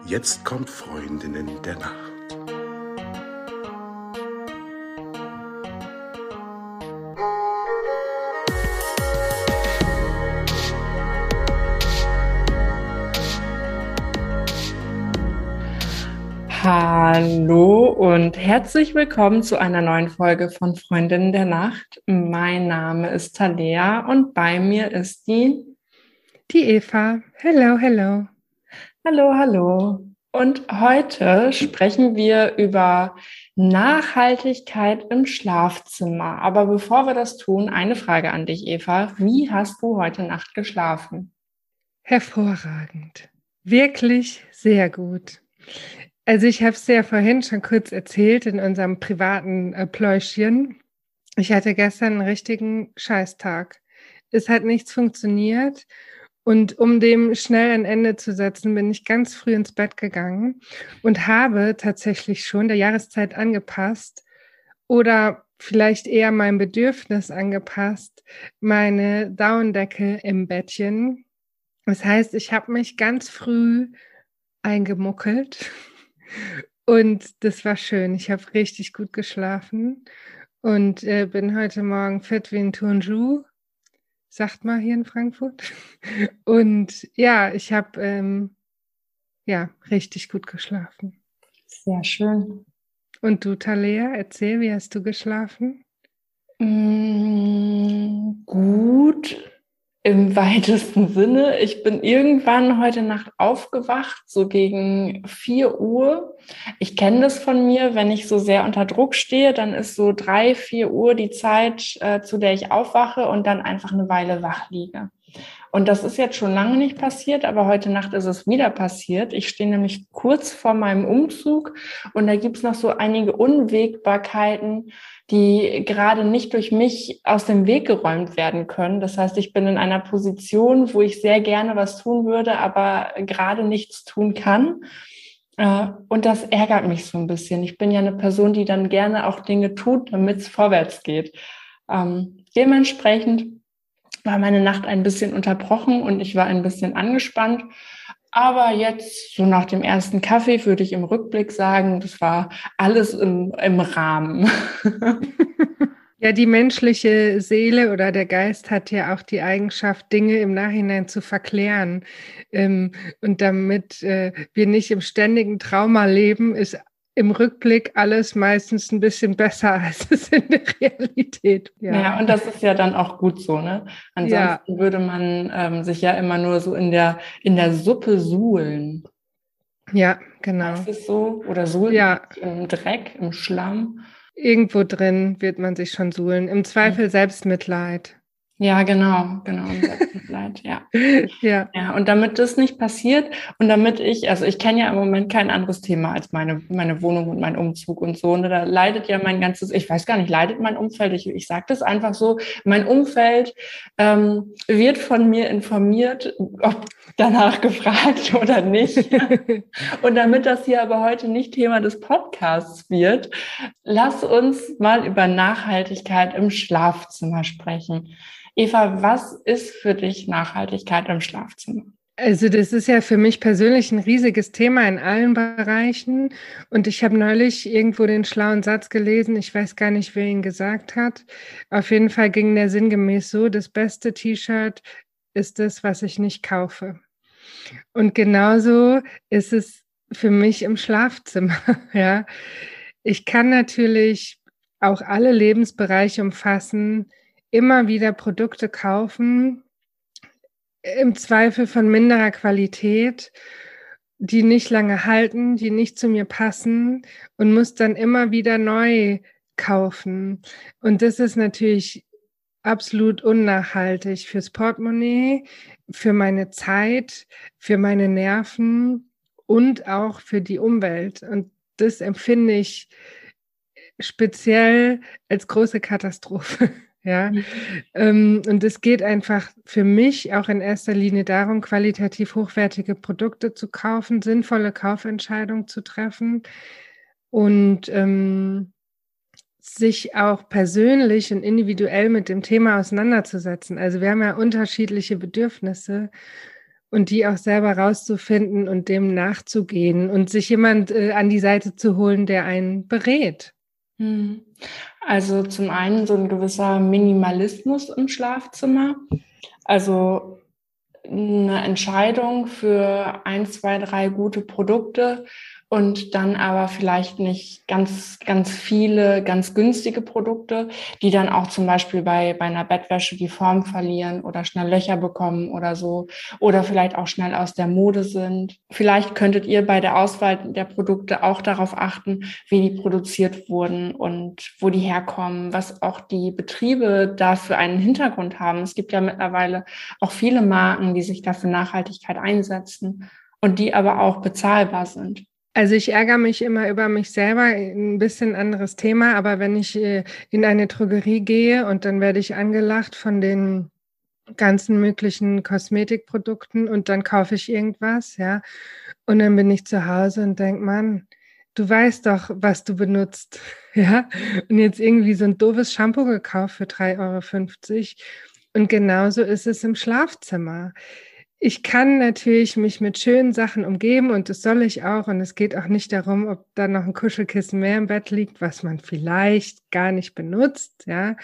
Jetzt kommt Freundinnen der Nacht. Hallo und herzlich willkommen zu einer neuen Folge von Freundinnen der Nacht. Mein Name ist Talea und bei mir ist die Eva. Hello, hello. Hallo. Und heute sprechen wir über Nachhaltigkeit im Schlafzimmer. Aber bevor wir das tun, eine Frage an dich, Eva. Wie hast du heute Nacht geschlafen? Hervorragend. Wirklich sehr gut. Also ich habe es ja vorhin schon kurz erzählt in unserem privaten Pläuschchen. Ich hatte gestern einen richtigen Scheißtag. Es hat nichts funktioniert und um dem schnell ein Ende zu setzen, bin ich ganz früh ins Bett gegangen und habe tatsächlich schon der Jahreszeit angepasst oder vielleicht eher mein Bedürfnis angepasst, meine Daunendecke im Bettchen. Das heißt, ich habe mich ganz früh eingemuckelt und das war schön. Ich habe richtig gut geschlafen und bin heute Morgen fit wie ein Turnschuh, sagt man hier in Frankfurt. Und ja, ich habe richtig gut geschlafen. Sehr schön. Und du, Talea, erzähl, wie hast du geschlafen? Gut, im weitesten Sinne. Ich bin irgendwann heute Nacht aufgewacht, so gegen 4 Uhr. Ich kenne das von mir, wenn ich so sehr unter Druck stehe, dann ist so 3, 4 Uhr die Zeit, zu der ich aufwache und dann einfach eine Weile wach liege. Und das ist jetzt schon lange nicht passiert, aber heute Nacht ist es wieder passiert. Ich stehe nämlich kurz vor meinem Umzug und da gibt es noch so einige Unwägbarkeiten, die gerade nicht durch mich aus dem Weg geräumt werden können. Das heißt, ich bin in einer Position, wo ich sehr gerne was tun würde, aber gerade nichts tun kann. Und das ärgert mich so ein bisschen. Ich bin ja eine Person, die dann gerne auch Dinge tut, damit es vorwärts geht. Dementsprechend war meine Nacht ein bisschen unterbrochen und ich war ein bisschen angespannt. Aber jetzt, so nach dem ersten Kaffee, würde ich im Rückblick sagen, das war alles im Rahmen. Ja, die menschliche Seele oder der Geist hat ja auch die Eigenschaft, Dinge im Nachhinein zu verklären. Und damit wir nicht im ständigen Trauma leben, ist im Rückblick alles meistens ein bisschen besser, als es in der Realität. Ja, und das ist ja dann auch gut so, ne? Ansonsten würde man sich ja immer nur so in der Suppe suhlen. Ja, genau. Heißt es so? Oder suhlen im Dreck, im Schlamm? Irgendwo drin wird man sich schon suhlen. Im Zweifel Selbstmitleid. Ja, genau, Selbstmitleid, ja. Ja. Ja, und damit das nicht passiert und damit also ich kenne ja im Moment kein anderes Thema als meine Wohnung und mein Umzug und so. Und da leidet ja mein ganzes, ich weiß gar nicht, leidet mein Umfeld? Ich sage das einfach so, mein Umfeld wird von mir informiert, ob danach gefragt oder nicht. Und damit das hier aber heute nicht Thema des Podcasts wird, lass uns mal über Nachhaltigkeit im Schlafzimmer sprechen. Eva, was ist für dich Nachhaltigkeit im Schlafzimmer? Also das ist ja für mich persönlich ein riesiges Thema in allen Bereichen. Und ich habe neulich irgendwo den schlauen Satz gelesen, ich weiß gar nicht, wer ihn gesagt hat. Auf jeden Fall ging der sinngemäß so, das beste T-Shirt ist das, was ich nicht kaufe. Und genauso ist es für mich im Schlafzimmer. Ja, ich kann natürlich auch alle Lebensbereiche umfassen, immer wieder Produkte kaufen, im Zweifel von minderer Qualität, die nicht lange halten, die nicht zu mir passen und muss dann immer wieder neu kaufen. Und das ist natürlich absolut unnachhaltig fürs Portemonnaie, für meine Zeit, für meine Nerven und auch für die Umwelt. Und das empfinde ich speziell als große Katastrophe. Ja, und es geht einfach für mich auch in erster Linie darum, qualitativ hochwertige Produkte zu kaufen, sinnvolle Kaufentscheidungen zu treffen und sich auch persönlich und individuell mit dem Thema auseinanderzusetzen. Also wir haben ja unterschiedliche Bedürfnisse und die auch selber rauszufinden und dem nachzugehen und sich jemand an die Seite zu holen, der einen berät. Also zum einen so ein gewisser Minimalismus im Schlafzimmer. Also eine Entscheidung für 1, 2, 3 gute Produkte und dann aber vielleicht nicht ganz, ganz viele, ganz günstige Produkte, die dann auch zum Beispiel bei einer Bettwäsche die Form verlieren oder schnell Löcher bekommen oder so oder vielleicht auch schnell aus der Mode sind. Vielleicht könntet ihr bei der Auswahl der Produkte auch darauf achten, wie die produziert wurden und wo die herkommen, was auch die Betriebe da für einen Hintergrund haben. Es gibt ja mittlerweile auch viele Marken, die sich da für Nachhaltigkeit einsetzen und die aber auch bezahlbar sind. Also ich ärgere mich immer über mich selber, ein bisschen anderes Thema, aber wenn ich in eine Drogerie gehe und dann werde ich angelacht von den ganzen möglichen Kosmetikprodukten und dann kaufe ich irgendwas, ja, und dann bin ich zu Hause und denke, Mann, du weißt doch, was du benutzt, ja, und jetzt irgendwie so ein doofes Shampoo gekauft für 3,50 € und genauso ist es im Schlafzimmer. Ich kann natürlich mich mit schönen Sachen umgeben und das soll ich auch. Und es geht auch nicht darum, ob da noch ein Kuschelkissen mehr im Bett liegt, was man vielleicht gar nicht benutzt, ja,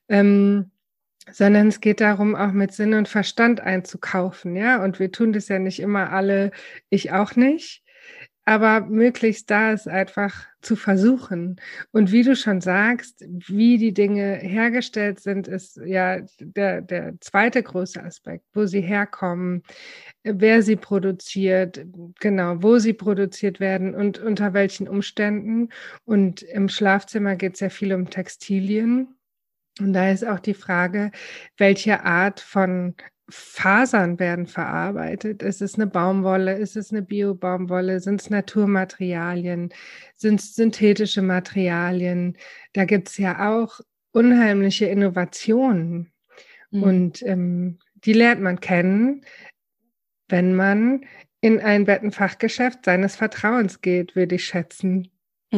sondern es geht darum, auch mit Sinn und Verstand einzukaufen, ja. Und wir tun das ja nicht immer alle, ich auch nicht. Aber möglichst da ist einfach zu versuchen. Und wie du schon sagst, wie die Dinge hergestellt sind, ist ja der zweite große Aspekt, wo sie herkommen, wer sie produziert, genau, wo sie produziert werden und unter welchen Umständen. Und im Schlafzimmer geht es ja viel um Textilien. Und da ist auch die Frage, welche Art von Fasern werden verarbeitet? Ist es eine Baumwolle? Ist es eine Bio-Baumwolle? Sind es Naturmaterialien? Sind es synthetische Materialien? Da gibt es ja auch unheimliche Innovationen. Und die lernt man kennen, wenn man in ein Bettenfachgeschäft seines Vertrauens geht, würde ich schätzen.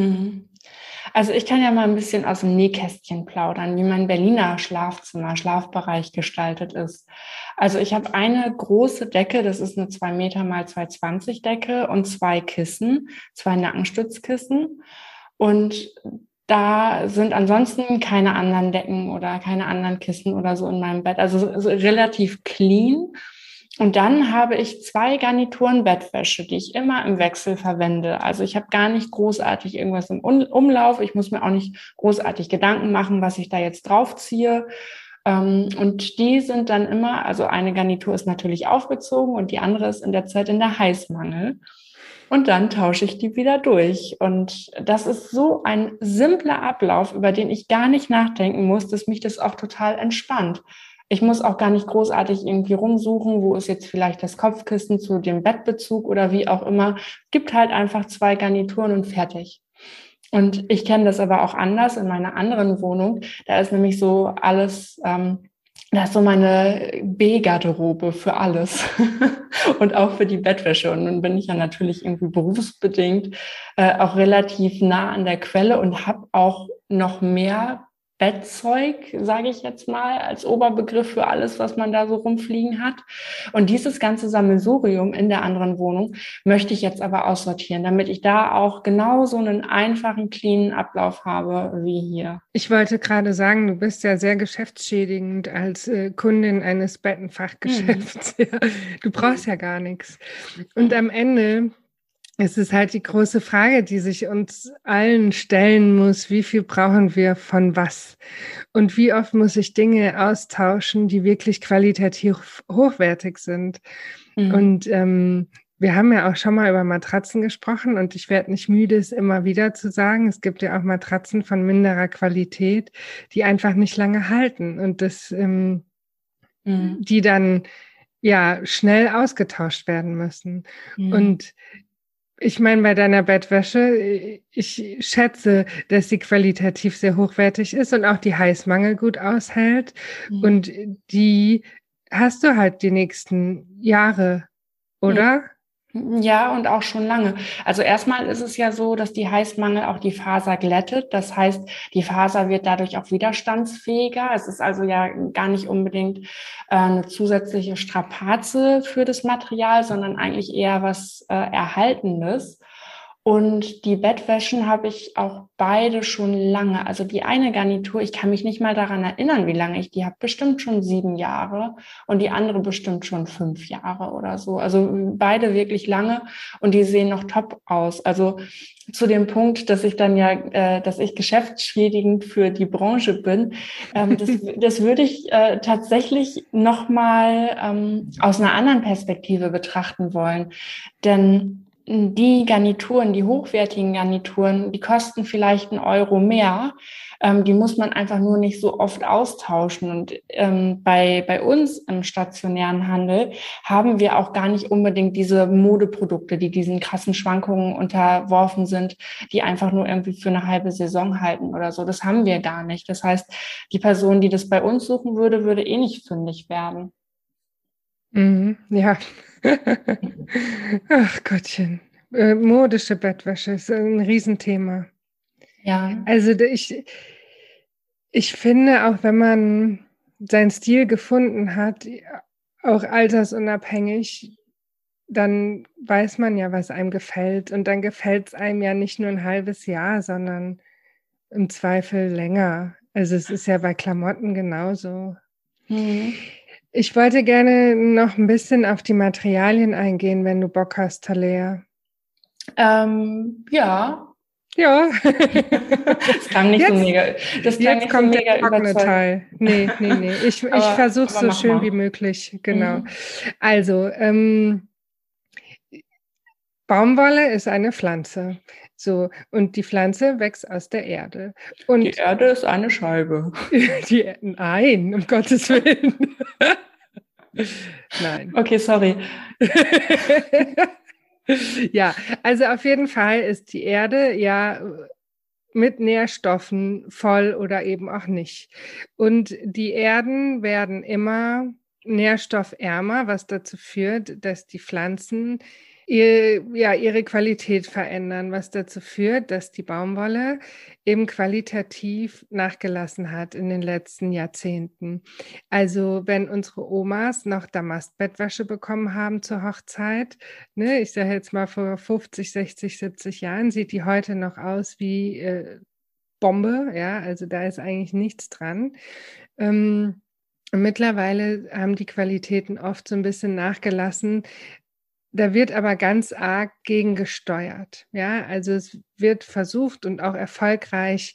Also ich kann ja mal ein bisschen aus dem Nähkästchen plaudern, wie mein Berliner Schlafbereich gestaltet ist. Also ich habe eine große Decke, das ist eine 2 Meter mal 2,20 Decke und 2 Kissen, 2 Nackenstützkissen. Und da sind ansonsten keine anderen Decken oder keine anderen Kissen oder so in meinem Bett. Also relativ clean. Und dann habe ich 2 Garnituren Bettwäsche, die ich immer im Wechsel verwende. Also ich habe gar nicht großartig irgendwas im Umlauf. Ich muss mir auch nicht großartig Gedanken machen, was ich da jetzt draufziehe. Und die sind dann immer, also eine Garnitur ist natürlich aufgezogen und die andere ist in der Zeit in der Heißmangel. Und dann tausche ich die wieder durch. Und das ist so ein simpler Ablauf, über den ich gar nicht nachdenken muss, dass mich das auch total entspannt. Ich muss auch gar nicht großartig irgendwie rumsuchen, wo ist jetzt vielleicht das Kopfkissen zu dem Bettbezug oder wie auch immer. Es gibt halt einfach 2 Garnituren und fertig. Und ich kenne das aber auch anders in meiner anderen Wohnung. Da ist nämlich so alles, da ist so meine B-Garderobe für alles und auch für die Bettwäsche. Und nun bin ich ja natürlich irgendwie berufsbedingt auch relativ nah an der Quelle und habe auch noch mehr Bettzeug, sage ich jetzt mal, als Oberbegriff für alles, was man da so rumfliegen hat. Und dieses ganze Sammelsurium in der anderen Wohnung möchte ich jetzt aber aussortieren, damit ich da auch genau so einen einfachen, cleanen Ablauf habe wie hier. Ich wollte gerade sagen, du bist ja sehr geschäftsschädigend als Kundin eines Bettenfachgeschäfts. Ja. Du brauchst ja gar nichts. Und am Ende es ist halt die große Frage, die sich uns allen stellen muss. Wie viel brauchen wir von was? Und wie oft muss ich Dinge austauschen, die wirklich qualitativ hochwertig sind? Und wir haben ja auch schon mal über Matratzen gesprochen und ich werde nicht müde, es immer wieder zu sagen. Es gibt ja auch Matratzen von minderer Qualität, die einfach nicht lange halten und das, die dann ja schnell ausgetauscht werden müssen. Und ich meine, bei deiner Bettwäsche, ich schätze, dass sie qualitativ sehr hochwertig ist und auch die Heißmangel gut aushält. Und die hast du halt die nächsten Jahre, oder? Ja, und auch schon lange. Also erstmal ist es ja so, dass die Heißmangel auch die Faser glättet. Das heißt, die Faser wird dadurch auch widerstandsfähiger. Es ist also ja gar nicht unbedingt eine zusätzliche Strapaze für das Material, sondern eigentlich eher was Erhaltendes. Und die Bettwäschen habe ich auch beide schon lange. Also die eine Garnitur, ich kann mich nicht mal daran erinnern, wie lange ich die habe. Bestimmt schon 7 Jahre und die andere bestimmt schon 5 Jahre oder so. Also beide wirklich lange und die sehen noch top aus. Also zu dem Punkt, dass ich dann dass ich geschäftsschädigend für die Branche bin, das würde ich tatsächlich nochmal aus einer anderen Perspektive betrachten wollen. Denn die Garnituren, die hochwertigen Garnituren, die kosten vielleicht 1 Euro mehr. Die muss man einfach nur nicht so oft austauschen. Und bei uns im stationären Handel haben wir auch gar nicht unbedingt diese Modeprodukte, die diesen krassen Schwankungen unterworfen sind, die einfach nur irgendwie für eine halbe Saison halten oder so. Das haben wir gar nicht. Das heißt, die Person, die das bei uns suchen würde, würde eh nicht fündig werden. Ja. Ach Gottchen. Modische Bettwäsche ist ein Riesenthema. Ja. Also ich finde, auch wenn man seinen Stil gefunden hat, auch altersunabhängig, dann weiß man ja, was einem gefällt. Und dann gefällt es einem ja nicht nur ein halbes Jahr, sondern im Zweifel länger. Also es ist ja bei Klamotten genauso. Mhm. Ich wollte gerne noch ein bisschen auf die Materialien eingehen, wenn du Bock hast, Talea. Ja. Ja. Das klang nicht jetzt, so mega. Das klang jetzt nicht kommt so mega der trockene Teil. Nee. Ich versuche es so schön wie möglich. Genau. Also, Baumwolle ist eine Pflanze. So, und die Pflanze wächst aus der Erde. Und die Erde ist eine Scheibe. Nein, um Gottes Willen. Nein. Okay, sorry. Ja, also auf jeden Fall ist die Erde ja mit Nährstoffen voll oder eben auch nicht. Und die Erden werden immer nährstoffärmer, was dazu führt, dass die Pflanzen ihre Qualität verändern, was dazu führt, dass die Baumwolle eben qualitativ nachgelassen hat in den letzten Jahrzehnten. Also wenn unsere Omas noch Damastbettwäsche bekommen haben zur Hochzeit, ne, ich sage jetzt mal vor 50, 60, 70 Jahren, sieht die heute noch aus wie Bombe, ja, also da ist eigentlich nichts dran. Mittlerweile haben die Qualitäten oft so ein bisschen nachgelassen. Da wird aber ganz arg gegengesteuert. Ja, also es wird versucht und auch erfolgreich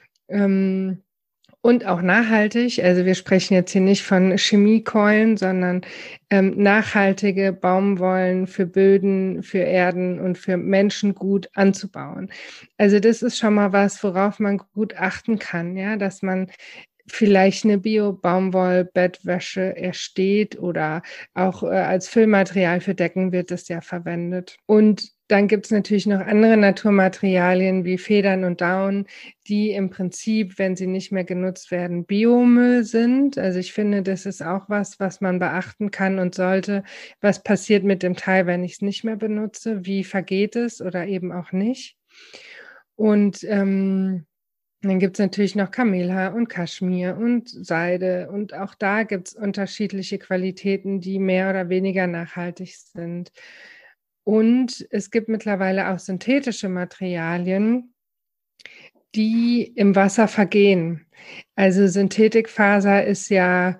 und auch nachhaltig. Also wir sprechen jetzt hier nicht von Chemiekeulen, sondern nachhaltige Baumwollen für Böden, für Erden und für Menschen gut anzubauen. Also das ist schon mal was, worauf man gut achten kann, ja, dass man vielleicht eine Bio-Baumwoll-Bettwäsche ersteht oder auch als Füllmaterial für Decken wird das ja verwendet. Und dann gibt es natürlich noch andere Naturmaterialien wie Federn und Down, die im Prinzip, wenn sie nicht mehr genutzt werden, Biomüll sind. Also ich finde, das ist auch was man beachten kann und sollte. Was passiert mit dem Teil, wenn ich es nicht mehr benutze? Wie vergeht es oder eben auch nicht? Und dann gibt es natürlich noch Kamelhaar und Kaschmir und Seide. Und auch da gibt es unterschiedliche Qualitäten, die mehr oder weniger nachhaltig sind. Und es gibt mittlerweile auch synthetische Materialien, die im Wasser vergehen. Also Synthetikfaser ist ja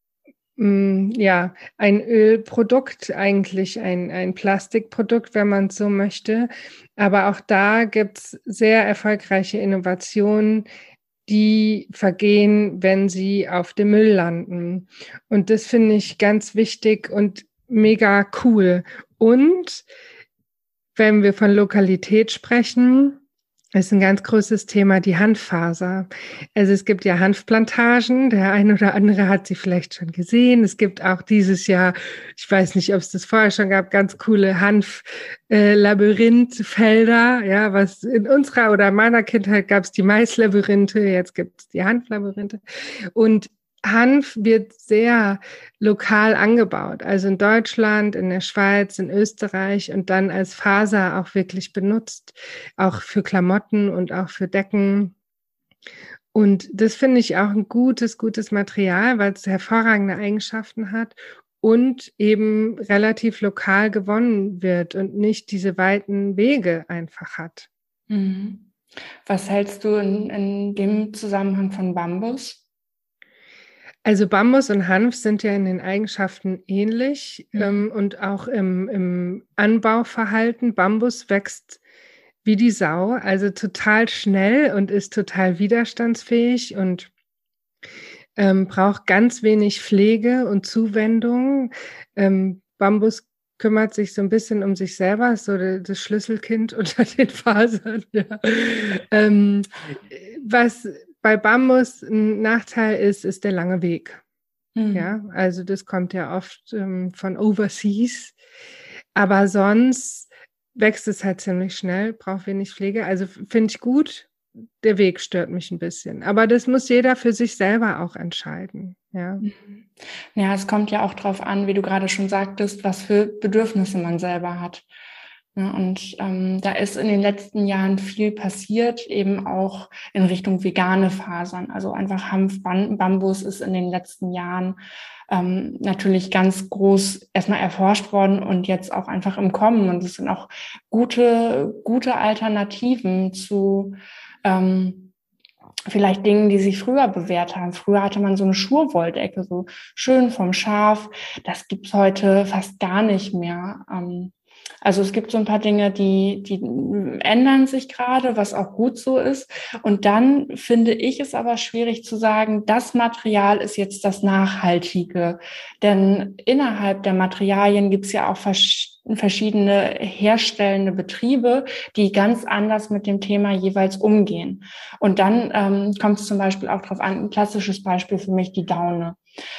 ein Ölprodukt, eigentlich ein Plastikprodukt, wenn man es so möchte. Aber auch da gibt es sehr erfolgreiche Innovationen, die vergehen, wenn sie auf dem Müll landen. Und das finde ich ganz wichtig und mega cool. Und wenn wir von Lokalität sprechen, ist ein ganz großes Thema die Hanffaser. Also es gibt ja Hanfplantagen, der ein oder andere hat sie vielleicht schon gesehen. Es gibt auch dieses Jahr, ich weiß nicht, ob es das vorher schon gab, ganz coole Hanf-Labyrinthfelder. Ja, was in unserer oder meiner Kindheit gab es die Maislabyrinthe, jetzt gibt es die Hanflabyrinthe. Und Hanf wird sehr lokal angebaut, also in Deutschland, in der Schweiz, in Österreich und dann als Faser auch wirklich benutzt, auch für Klamotten und auch für Decken. Und das finde ich auch ein gutes Material, weil es hervorragende Eigenschaften hat und eben relativ lokal gewonnen wird und nicht diese weiten Wege einfach hat. Mhm. Was hältst du in dem Zusammenhang von Bambus? Also Bambus und Hanf sind ja in den Eigenschaften ähnlich und auch im Anbauverhalten. Bambus wächst wie die Sau, also total schnell und ist total widerstandsfähig und braucht ganz wenig Pflege und Zuwendung. Bambus kümmert sich so ein bisschen um sich selber, ist so das Schlüsselkind unter den Fasern. Ja. Was bei Bambus ein Nachteil ist, ist der lange Weg. Ja, also das kommt ja oft von overseas. Aber sonst wächst es halt ziemlich schnell, braucht wenig Pflege. Also finde ich gut. Der Weg stört mich ein bisschen. Aber das muss jeder für sich selber auch entscheiden. Ja. Ja, es kommt ja auch drauf an, wie du gerade schon sagtest, was für Bedürfnisse man selber hat. Ja, und da ist in den letzten Jahren viel passiert, eben auch in Richtung vegane Fasern. Also einfach Hanf, Bambus ist in den letzten Jahren natürlich ganz groß erstmal erforscht worden und jetzt auch einfach im Kommen. Und es sind auch gute Alternativen zu vielleicht Dingen, die sich früher bewährt haben. Früher hatte man so eine Schurwolldecke, so schön vom Schaf. Das gibt's heute fast gar nicht mehr. Also es gibt so ein paar Dinge, die ändern sich gerade, was auch gut so ist. Und dann finde ich es aber schwierig zu sagen, das Material ist jetzt das Nachhaltige. Denn innerhalb der Materialien gibt es ja auch verschiedene herstellende Betriebe, die ganz anders mit dem Thema jeweils umgehen. Und dann kommt es zum Beispiel auch darauf an, ein klassisches Beispiel für mich, die Daune.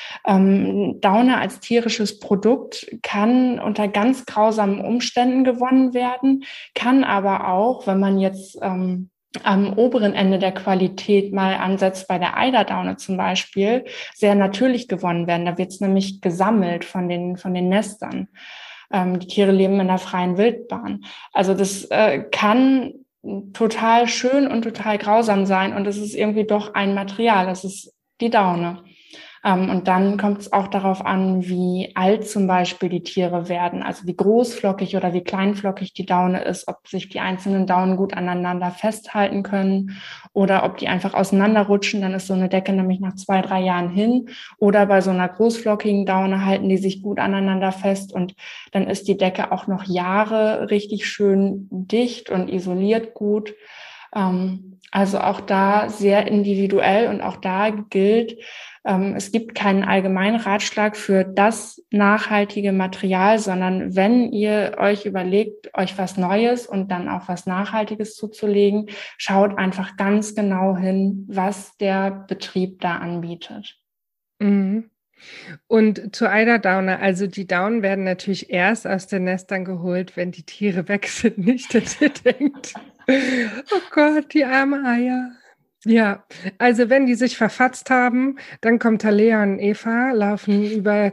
Daune als tierisches Produkt kann unter ganz grausamen Umständen gewonnen werden, kann aber auch, wenn man jetzt am oberen Ende der Qualität mal ansetzt, bei der Eiderdaune zum Beispiel, sehr natürlich gewonnen werden. Da wird es nämlich gesammelt von den Nestern. Die Tiere leben in der freien Wildbahn. Also das kann total schön und total grausam sein und es ist irgendwie doch ein Material, das ist die Daune. Und dann kommt es auch darauf an, wie alt zum Beispiel die Tiere werden, also wie großflockig oder wie kleinflockig die Daune ist, ob sich die einzelnen Daunen gut aneinander festhalten können oder ob die einfach auseinanderrutschen, dann ist so eine Decke nämlich nach 2-3 Jahren hin. Oder bei so einer großflockigen Daune halten die sich gut aneinander fest und dann ist die Decke auch noch Jahre richtig schön dicht und isoliert gut. Also auch da sehr individuell und auch da gilt, es gibt keinen allgemeinen Ratschlag für das nachhaltige Material, sondern wenn ihr euch überlegt, euch was Neues und dann auch was Nachhaltiges zuzulegen, schaut einfach ganz genau hin, was der Betrieb da anbietet. Mhm. Und zur Eiderdaune, also die Daunen werden natürlich erst aus den Nestern geholt, wenn die Tiere weg sind, nicht, dass ihr denkt, oh Gott, die armen Eier. Ja, also wenn die sich verfatzt haben, dann kommt Talea und Eva, laufen über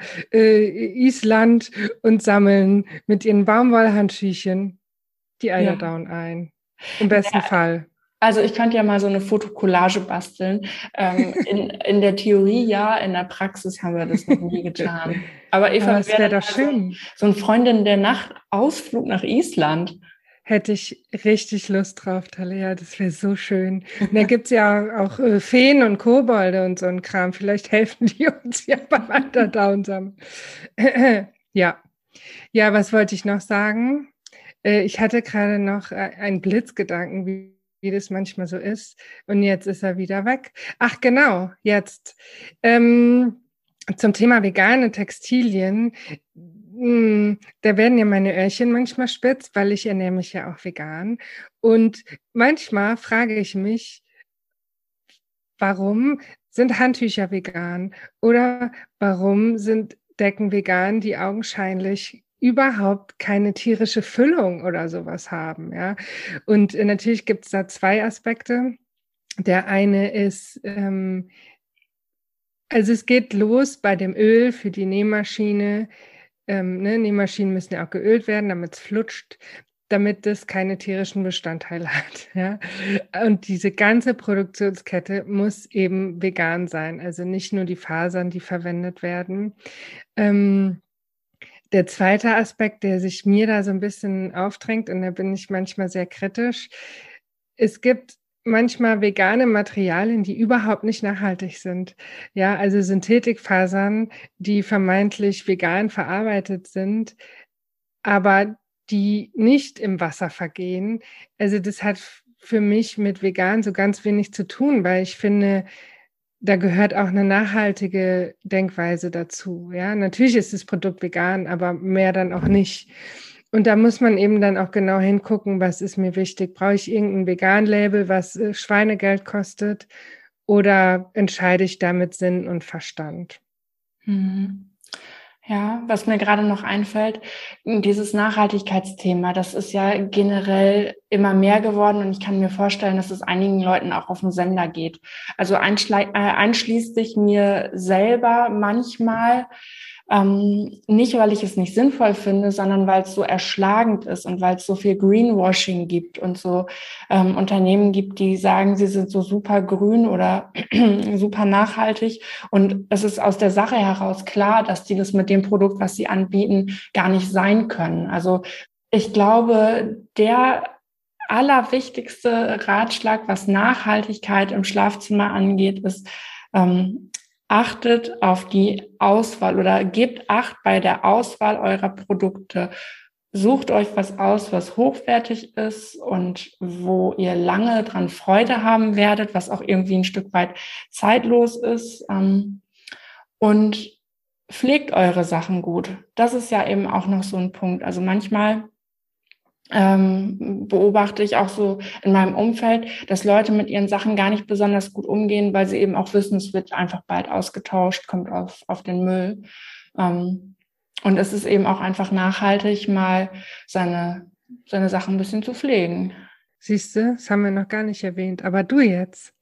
Island und sammeln mit ihren Baumwollhandschüchen die Eiderdauen ein. Im besten Fall. Also ich könnte ja mal so eine Fotokollage basteln. In der Theorie ja, in der Praxis haben wir das noch nie getan. Aber Eva, das wäre doch schön. So ein Freundin der Nacht Ausflug nach Island. Hätte ich richtig Lust drauf, Talea. Das wäre so schön. Und da gibt es ja auch Feen und Kobolde und so ein Kram. Vielleicht helfen die uns ja beim Eiderdauen sammeln. Ja. Ja, was wollte ich noch sagen? Ich hatte gerade noch einen Blitzgedanken, wie das manchmal so ist. Und jetzt ist er wieder weg. Ach, genau, jetzt. Zum Thema vegane Textilien. Da werden ja meine Öhrchen manchmal spitz, weil ich ernähre mich ja auch vegan. Und manchmal frage ich mich, warum sind Handtücher vegan? Oder warum sind Decken vegan, die augenscheinlich überhaupt keine tierische Füllung oder sowas haben? Ja? Und natürlich gibt es da 2 Aspekte. Der eine ist, Also es geht los bei dem Öl für die Nähmaschine. Nähmaschinen müssen ja auch geölt werden, damit es flutscht, damit es keine tierischen Bestandteile hat. Ja? Und diese ganze Produktionskette muss eben vegan sein. Also nicht nur die Fasern, die verwendet werden. Der zweite Aspekt, der sich mir da so ein bisschen aufdrängt, und da bin ich manchmal sehr kritisch, es gibt manchmal vegane Materialien, die überhaupt nicht nachhaltig sind. Ja, also Synthetikfasern, die vermeintlich vegan verarbeitet sind, aber die nicht im Wasser vergehen. Also das hat für mich mit vegan so ganz wenig zu tun, weil ich finde, da gehört auch eine nachhaltige Denkweise dazu. Ja, natürlich ist das Produkt vegan, aber mehr dann auch nicht. Und da muss man eben dann auch genau hingucken, was ist mir wichtig. Brauche ich irgendein Vegan-Label, was Schweinegeld kostet? Oder entscheide ich da mit Sinn und Verstand? Ja, was mir gerade noch einfällt, dieses Nachhaltigkeitsthema, das ist ja generell immer mehr geworden und ich kann mir vorstellen, dass es einigen Leuten auch auf den Sender geht. Also einschließlich mir selber manchmal, nicht, weil ich es nicht sinnvoll finde, sondern weil es so erschlagend ist und weil es so viel Greenwashing gibt und so Unternehmen gibt, die sagen, sie sind so super grün oder super nachhaltig. Und es ist aus der Sache heraus klar, dass die das mit dem Produkt, was sie anbieten, gar nicht sein können. Also ich glaube, der allerwichtigste Ratschlag, was Nachhaltigkeit im Schlafzimmer angeht, ist, achtet auf die Auswahl oder gebt Acht bei der Auswahl eurer Produkte. Sucht euch was aus, was hochwertig ist und wo ihr lange dran Freude haben werdet, was auch irgendwie ein Stück weit zeitlos ist. Und pflegt eure Sachen gut. Das ist ja eben auch noch so ein Punkt. Also manchmal beobachte ich auch so in meinem Umfeld, dass Leute mit ihren Sachen gar nicht besonders gut umgehen, weil sie eben auch wissen, es wird einfach bald ausgetauscht, kommt auf den Müll. Und es ist eben auch einfach nachhaltig, mal seine Sachen ein bisschen zu pflegen. Siehst du, das haben wir noch gar nicht erwähnt, aber du jetzt.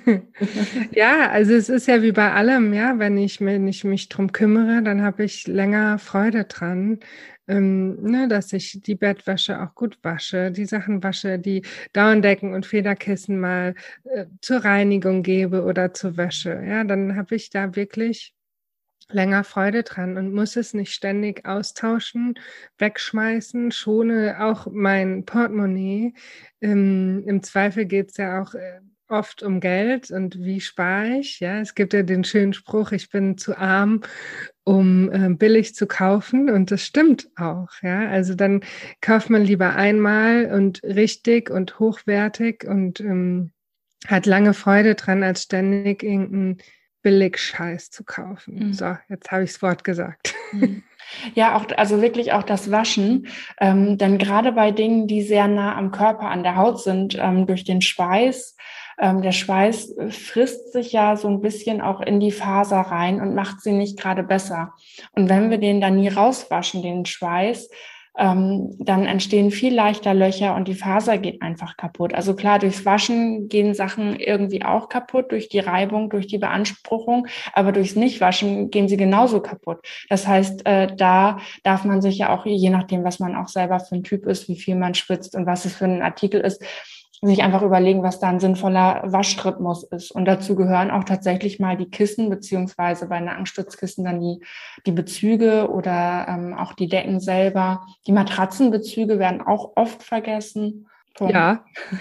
Ja, also es ist ja wie bei allem, ja, wenn ich mich drum kümmere, dann habe ich länger Freude dran, dass ich die Bettwäsche auch gut wasche, die Sachen wasche, die Dauerdecken und Federkissen mal zur Reinigung gebe oder zur Wäsche. Ja, dann habe ich da wirklich länger Freude dran und muss es nicht ständig austauschen, wegschmeißen, schone auch mein Portemonnaie. Im Zweifel geht es ja auch oft um Geld und wie spare ich. Ja, es gibt ja den schönen Spruch, ich bin zu arm, um billig zu kaufen, und das stimmt auch. Ja, also dann kauft man lieber einmal und richtig und hochwertig und hat lange Freude dran, als ständig irgendein Billig-Scheiß zu kaufen. So, jetzt habe ich das Wort gesagt. Ja, auch, also wirklich auch das Waschen, denn gerade bei Dingen, die sehr nah am Körper, an der Haut sind, durch den Schweiß, der Schweiß frisst sich ja so ein bisschen auch in die Faser rein und macht sie nicht gerade besser. Und wenn wir den dann nie rauswaschen, den Schweiß, dann entstehen viel leichter Löcher und die Faser geht einfach kaputt. Also klar, durchs Waschen gehen Sachen irgendwie auch kaputt, durch die Reibung, durch die Beanspruchung, aber durchs Nichtwaschen gehen sie genauso kaputt. Das heißt, da darf man sich ja auch, je nachdem, was man auch selber für ein Typ ist, wie viel man schwitzt und was es für ein Artikel ist, sich einfach überlegen, was da ein sinnvoller Waschrhythmus ist. Und dazu gehören auch tatsächlich mal die Kissen, beziehungsweise bei Nackenstützkissen dann die Bezüge oder auch die Decken selber. Die Matratzenbezüge werden auch oft vergessen. Punkt. Ja.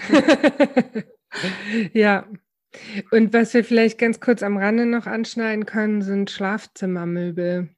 Ja. Und was wir vielleicht ganz kurz am Rande noch anschneiden können, sind Schlafzimmermöbel.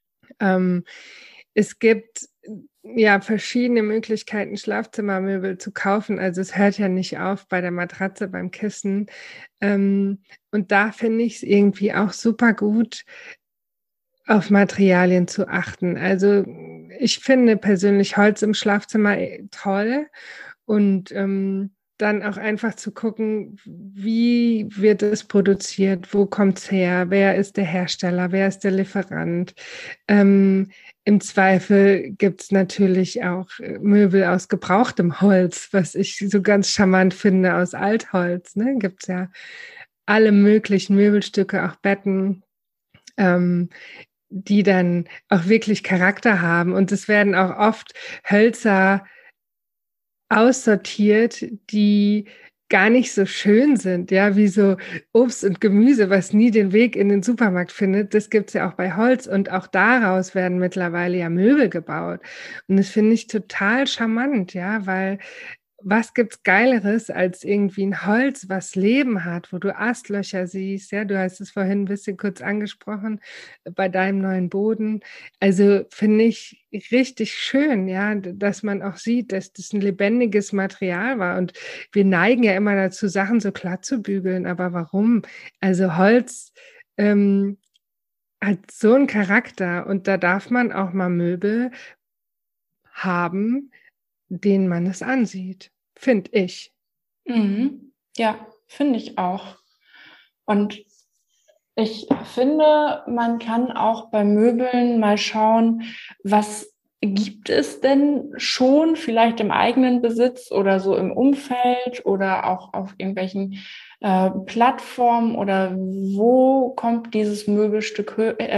Es gibt ja verschiedene Möglichkeiten, Schlafzimmermöbel zu kaufen. Also es hört ja nicht auf bei der Matratze, beim Kissen. Und da finde ich es irgendwie auch super gut, auf Materialien zu achten. Also ich finde persönlich Holz im Schlafzimmer toll und dann auch einfach zu gucken, wie wird es produziert, wo kommt es her, wer ist der Hersteller, wer ist der Lieferant. Im Zweifel gibt es natürlich auch Möbel aus gebrauchtem Holz, was ich so ganz charmant finde, aus Altholz. Ne? Gibt es ja alle möglichen Möbelstücke, auch Betten. die dann auch wirklich Charakter haben. Und es werden auch oft Hölzer aussortiert, die gar nicht so schön sind, ja, wie so Obst und Gemüse, was nie den Weg in den Supermarkt findet. Das gibt's ja auch bei Holz und auch daraus werden mittlerweile ja Möbel gebaut. Und das finde ich total charmant, ja, weil was gibt's Geileres als irgendwie ein Holz, was Leben hat, wo du Astlöcher siehst, ja, du hast es vorhin ein bisschen kurz angesprochen bei deinem neuen Boden. Also finde ich richtig schön, ja, dass man auch sieht, dass das ein lebendiges Material war. Und wir neigen ja immer dazu, Sachen so glatt zu bügeln, aber warum? Also Holz hat so einen Charakter und da darf man auch mal Möbel haben, denen man es ansieht, finde ich. Mhm. Ja, finde ich auch. Und ich finde, man kann auch bei Möbeln mal schauen, was gibt es denn schon vielleicht im eigenen Besitz oder so im Umfeld oder auch auf irgendwelchen Plattformen oder wo kommt dieses Möbelstück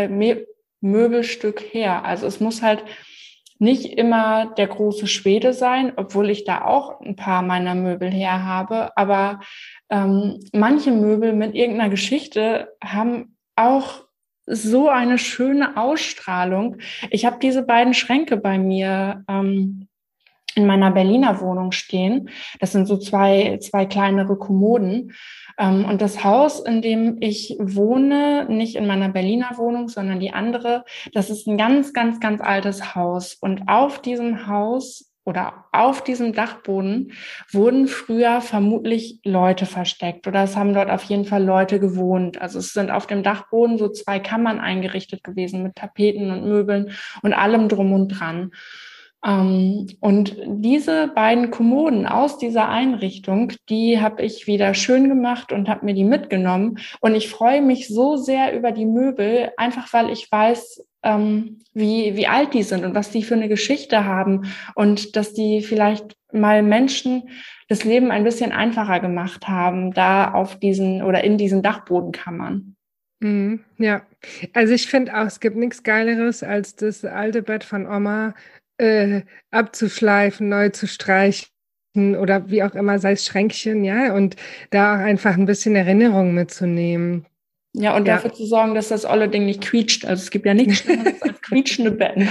her? Also es muss halt nicht immer der große Schwede sein, obwohl ich da auch ein paar meiner Möbel her habe, aber manche Möbel mit irgendeiner Geschichte haben auch so eine schöne Ausstrahlung. Ich habe diese beiden Schränke bei mir in meiner Berliner Wohnung stehen. Das sind so zwei kleinere Kommoden. Und das Haus, in dem ich wohne, nicht in meiner Berliner Wohnung, sondern die andere, das ist ein ganz, ganz, ganz altes Haus. Und auf diesem Haus oder auf diesem Dachboden wurden früher vermutlich Leute versteckt oder es haben dort auf jeden Fall Leute gewohnt. Also es sind auf dem Dachboden so 2 Kammern eingerichtet gewesen mit Tapeten und Möbeln und allem drum und dran. Und diese beiden Kommoden aus dieser Einrichtung, die habe ich wieder schön gemacht und habe mir die mitgenommen. Und ich freue mich so sehr über die Möbel, einfach weil ich weiß, wie alt die sind und was die für eine Geschichte haben und dass die vielleicht mal Menschen das Leben ein bisschen einfacher gemacht haben, da auf diesen oder in diesen Dachbodenkammern. Ja, also ich finde auch, es gibt nichts Geileres, als das alte Bett von Oma abzuschleifen, neu zu streichen oder wie auch immer, sei es Schränkchen, ja, und da auch einfach ein bisschen Erinnerung mitzunehmen. Ja, und Ja. dafür zu sorgen, dass das olle Ding nicht quietscht. Also es gibt ja nichts Schlimmeres als quietschende Betten.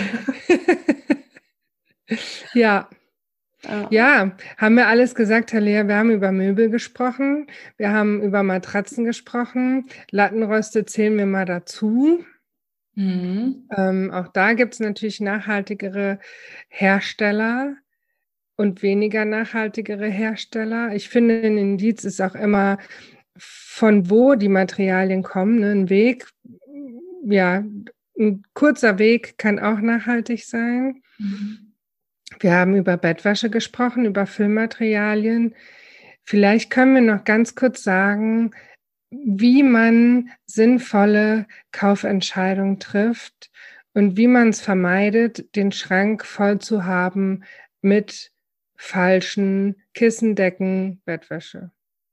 Ja. Ja, haben wir alles gesagt, Herr Lea. Wir haben über Möbel gesprochen, wir haben über Matratzen gesprochen, Lattenroste zählen wir mal dazu. Auch da gibt es natürlich nachhaltigere Hersteller und weniger nachhaltigere Hersteller. Ich finde, ein Indiz ist auch immer, von wo die Materialien kommen. Ne? Ein Weg, ja, ein kurzer Weg kann auch nachhaltig sein. Wir haben über Bettwäsche gesprochen, über Füllmaterialien. Vielleicht können wir noch ganz kurz sagen, wie man sinnvolle Kaufentscheidungen trifft und wie man es vermeidet, den Schrank voll zu haben mit falschen Kissen, Decken, Bettwäsche.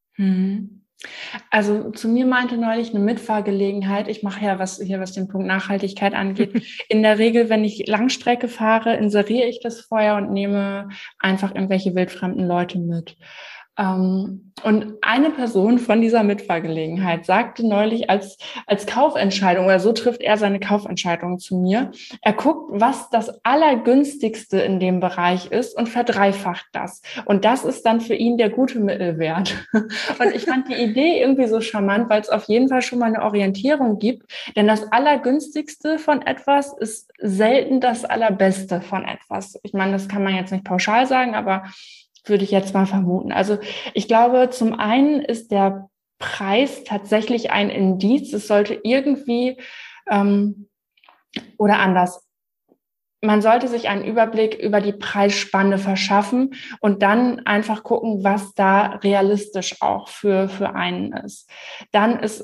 Also zu mir meinte neulich eine Mitfahrgelegenheit, ich mache ja was den Punkt Nachhaltigkeit angeht. In der Regel, wenn ich Langstrecke fahre, inseriere ich das vorher und nehme einfach irgendwelche wildfremden Leute mit. Und eine Person von dieser Mitfahrgelegenheit sagte neulich als Kaufentscheidung, oder so trifft er seine Kaufentscheidung zu mir, er guckt, was das Allergünstigste in dem Bereich ist und verdreifacht das. Und das ist dann für ihn der gute Mittelwert. Und ich fand die Idee irgendwie so charmant, weil es auf jeden Fall schon mal eine Orientierung gibt. Denn das Allergünstigste von etwas ist selten das Allerbeste von etwas. Ich meine, das kann man jetzt nicht pauschal sagen, aber würde ich jetzt mal vermuten. Also ich glaube, zum einen ist der Preis tatsächlich ein Indiz. Es sollte irgendwie oder anders. man sollte sich einen Überblick über die Preisspanne verschaffen und dann einfach gucken, was da realistisch auch für einen ist. Dann ist es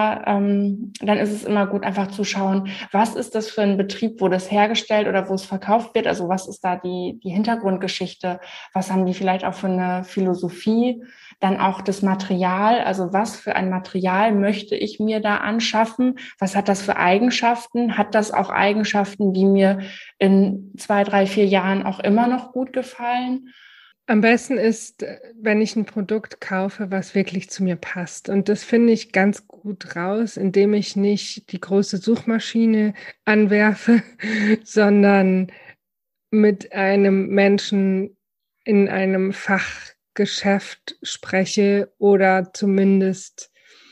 immer gut, einfach zu schauen, was ist das für ein Betrieb, wo das hergestellt oder wo es verkauft wird? Also was ist da die Hintergrundgeschichte? Was haben die vielleicht auch für eine Philosophie? Dann auch das Material, also was für ein Material möchte ich mir da anschaffen? Was hat das für Eigenschaften? Hat das auch Eigenschaften, die mir in 2, 3, 4 Jahren auch immer noch gut gefallen? Am besten ist, wenn ich ein Produkt kaufe, was wirklich zu mir passt. Und das finde ich ganz gut raus, indem ich nicht die große Suchmaschine anwerfe, sondern mit einem Menschen in einem Fachgeschäft spreche oder zumindest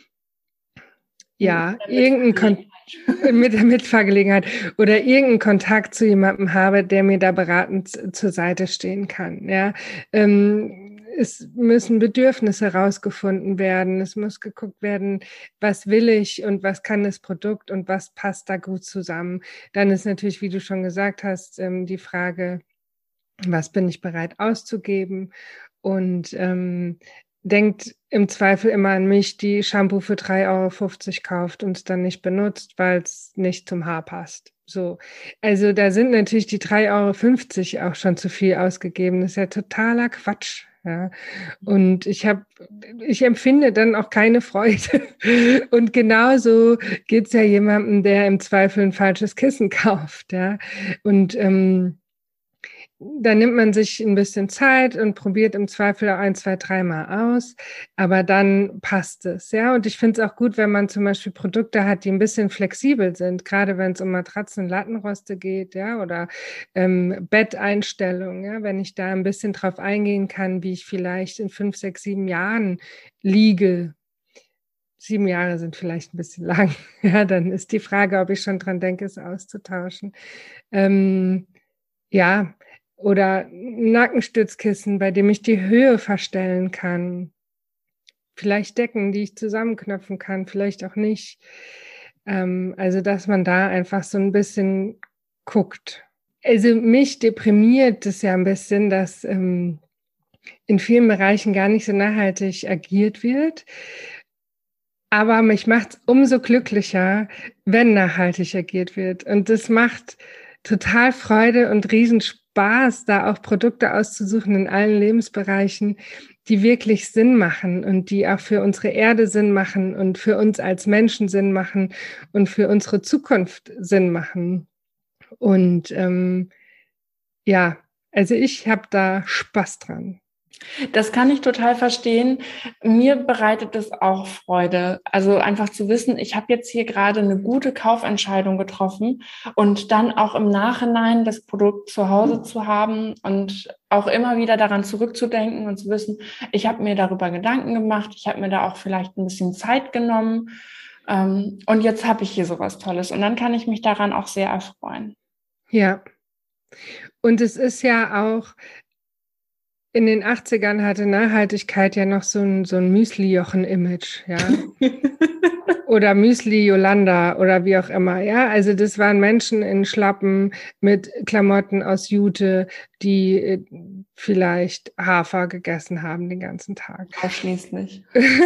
irgendein mit Fahrgelegenheit oder irgendeinen Kontakt zu jemandem habe, der mir da beratend zur Seite stehen kann. Ja, es müssen Bedürfnisse herausgefunden werden. Es muss geguckt werden, was will ich und was kann das Produkt und was passt da gut zusammen. Dann ist natürlich, wie du schon gesagt hast, die Frage, was bin ich bereit auszugeben? Und denkt im Zweifel immer an mich, die Shampoo für 3,50 € kauft und es dann nicht benutzt, weil es nicht zum Haar passt. So. Also da sind natürlich die 3,50 € auch schon zu viel ausgegeben. Das ist ja totaler Quatsch. Ja. Und ich empfinde dann auch keine Freude. Und genauso geht's ja jemandem, der im Zweifel ein falsches Kissen kauft. Ja. Und da nimmt man sich ein bisschen Zeit und probiert im Zweifel auch 1, 2, 3 Mal aus, aber dann passt es, ja. Und ich finde es auch gut, wenn man zum Beispiel Produkte hat, die ein bisschen flexibel sind, gerade wenn es um Matratzen, Lattenroste geht, ja, oder Betteinstellungen, ja, wenn ich da ein bisschen drauf eingehen kann, wie ich vielleicht in 5, 6, 7 Jahren liege. 7 Jahre sind vielleicht ein bisschen lang, ja, dann ist die Frage, ob ich schon dran denke, es auszutauschen. Ja, oder Nackenstützkissen, bei dem ich die Höhe verstellen kann. Vielleicht Decken, die ich zusammenknöpfen kann, vielleicht auch nicht. Also, dass man da einfach so ein bisschen guckt. Also, mich deprimiert es ja ein bisschen, dass in vielen Bereichen gar nicht so nachhaltig agiert wird. Aber mich macht es umso glücklicher, wenn nachhaltig agiert wird. Und das macht total Freude und Riesenspaß, da auch Produkte auszusuchen in allen Lebensbereichen, die wirklich Sinn machen und die auch für unsere Erde Sinn machen und für uns als Menschen Sinn machen und für unsere Zukunft Sinn machen. Und ja, also ich habe da Spaß dran. Das kann ich total verstehen. Mir bereitet es auch Freude. Also einfach zu wissen, ich habe jetzt hier gerade eine gute Kaufentscheidung getroffen und dann auch im Nachhinein das Produkt zu Hause zu haben und auch immer wieder daran zurückzudenken und zu wissen, ich habe mir darüber Gedanken gemacht, ich habe mir da auch vielleicht ein bisschen Zeit genommen und jetzt habe ich hier sowas Tolles und dann kann ich mich daran auch sehr erfreuen. Ja, und es ist ja auch, in den 80ern hatte Nachhaltigkeit ja noch so ein Müsli-Jochen-Image, ja. Oder Müsli-Yolanda oder wie auch immer, ja. Also das waren Menschen in Schlappen mit Klamotten aus Jute, die vielleicht Hafer gegessen haben den ganzen Tag. Ausschließlich.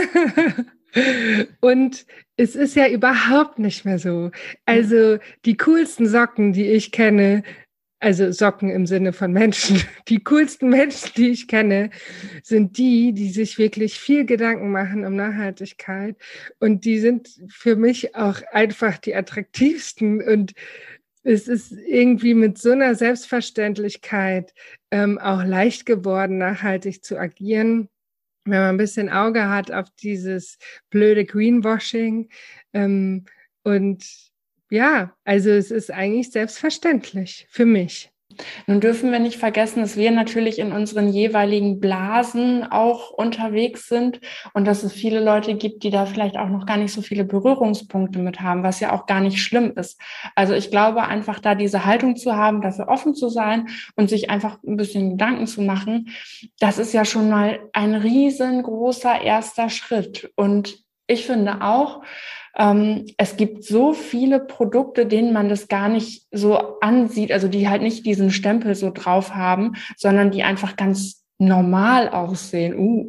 Und es ist ja überhaupt nicht mehr so. Also die coolsten Socken, die ich kenne, also Socken im Sinne von Menschen. Die coolsten Menschen, die ich kenne, sind die sich wirklich viel Gedanken machen um Nachhaltigkeit. Und die sind für mich auch einfach die attraktivsten. Und es ist irgendwie mit so einer Selbstverständlichkeit auch leicht geworden, nachhaltig zu agieren. Wenn man ein bisschen Auge hat auf dieses blöde Greenwashing. Und ja, also es ist eigentlich selbstverständlich für mich. Nun dürfen wir nicht vergessen, dass wir natürlich in unseren jeweiligen Blasen auch unterwegs sind und dass es viele Leute gibt, die da vielleicht auch noch gar nicht so viele Berührungspunkte mit haben, was ja auch gar nicht schlimm ist. Also ich glaube, einfach da diese Haltung zu haben, dafür offen zu sein und sich einfach ein bisschen Gedanken zu machen, das ist ja schon mal ein riesengroßer erster Schritt. Und Ich finde auch, es gibt so viele Produkte, denen man das gar nicht so ansieht, also die halt nicht diesen Stempel so drauf haben, sondern die einfach ganz normal aussehen.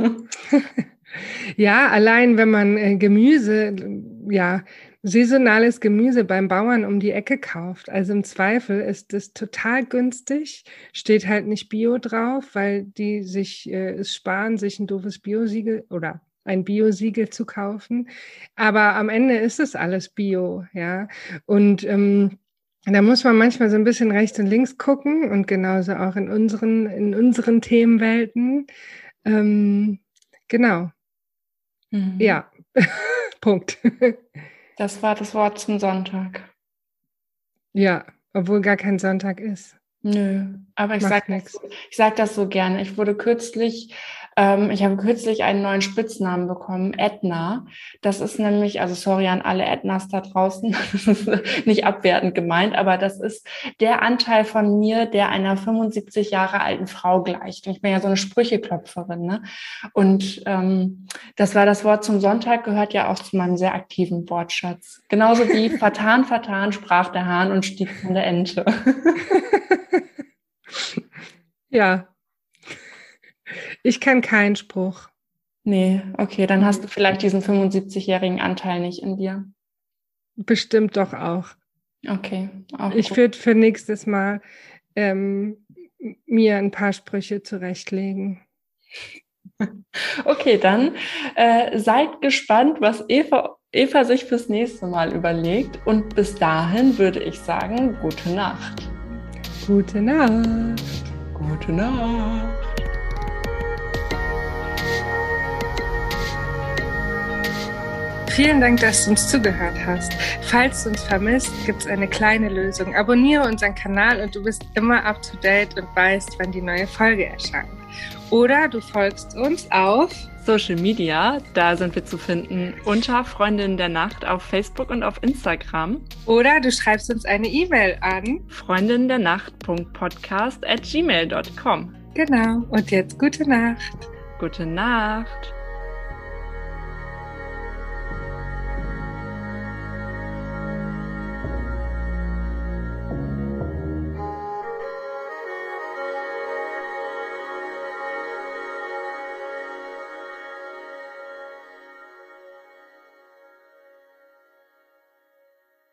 Ja, allein wenn man Gemüse, saisonales Gemüse beim Bauern um die Ecke kauft. Also im Zweifel ist es total günstig, steht halt nicht Bio drauf, weil die sich es sparen, sich ein doofes Biosiegel oder ein Biosiegel zu kaufen. Aber am Ende ist es alles Bio, ja. Und da muss man manchmal so ein bisschen rechts und links gucken und genauso auch in unseren Themenwelten. Genau. Mhm. Ja, Punkt. Das war das Wort zum Sonntag. Ja, obwohl gar kein Sonntag ist. Nö, aber ich sag das so gerne. Ich habe kürzlich einen neuen Spitznamen bekommen, Edna. Das ist nämlich, also sorry an alle Ednas da draußen, das ist nicht abwertend gemeint, aber das ist der Anteil von mir, der einer 75 Jahre alten Frau gleicht. Und ich bin ja so eine Sprücheklopferin, ne? Und das war das Wort zum Sonntag, gehört ja auch zu meinem sehr aktiven Wortschatz. Genauso wie Fatan, Fatan, sprach der Hahn und stieg von der Ente. Ja, ich kann keinen Spruch. Nee, okay, dann hast du vielleicht diesen 75-jährigen Anteil nicht in dir. Bestimmt doch auch. Okay, auch Ich gut. würde für nächstes Mal mir ein paar Sprüche zurechtlegen. Okay, dann seid gespannt, was Eva sich fürs nächste Mal überlegt. Und bis dahin würde ich sagen, gute Nacht. Gute Nacht. Gute Nacht. Vielen Dank, dass du uns zugehört hast. Falls du uns vermisst, gibt es eine kleine Lösung. Abonniere unseren Kanal und du bist immer up to date und weißt, wann die neue Folge erscheint. Oder du folgst uns auf Social Media, da sind wir zu finden unter Freundinnen der Nacht auf Facebook und auf Instagram. Oder du schreibst uns eine E-Mail an freundinnendernacht.podcast@gmail.com. Genau. Und jetzt gute Nacht. Gute Nacht.